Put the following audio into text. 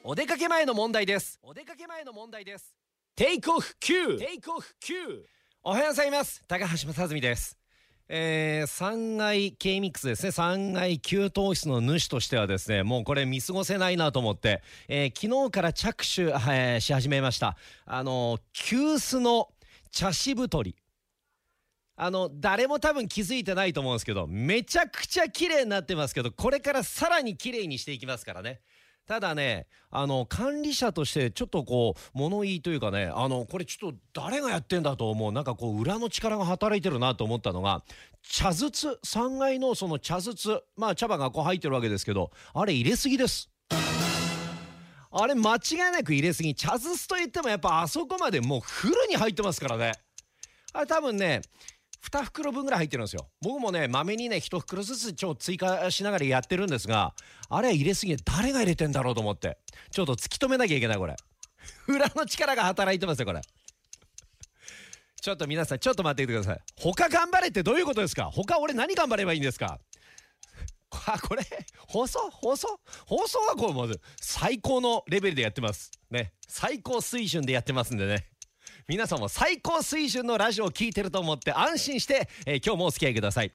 お出かけ前の問題です。テイクオフ Q。 おはようございます。高橋正純です。3階 K ミックスですね。3階給湯室の主としてはですね、もうこれ見過ごせないなと思って、昨日から着手、し始めました。急須の茶しぶとり。誰も多分気づいてないと思うんですけど、めちゃくちゃ綺麗になってますけど、これからさらに綺麗にしていきますからね。ただね、管理者としてちょっとこう物言いというかね、これちょっと誰がやってんだと思う、なんかこう裏の力が働いてるなと思ったのが、茶筒、3階のその茶筒、まあ茶葉がこう入ってるわけですけど、あれ入れすぎです。あれ間違いなく入れすぎ。茶筒といってもやっぱあそこまでもうフルに入ってますからね。あれ多分ね2袋分ぐらい入ってるんですよ。僕もねまめにね1袋ずつ追加しながらやってるんですが、あれは入れすぎで誰が入れてんだろうと思ってちょっと突き止めなきゃいけない。これ裏の力が働いてますよこれ。ちょっと皆さんちょっと待っていてください。他頑張れってどういうことですか。他俺何頑張ればいいんですか。これ放送はこうまず最高のレベルでやってますね。最高水準でやってますんでね、皆さんも最高水準のラジオを聞いてると思って安心して、今日もお付き合いください。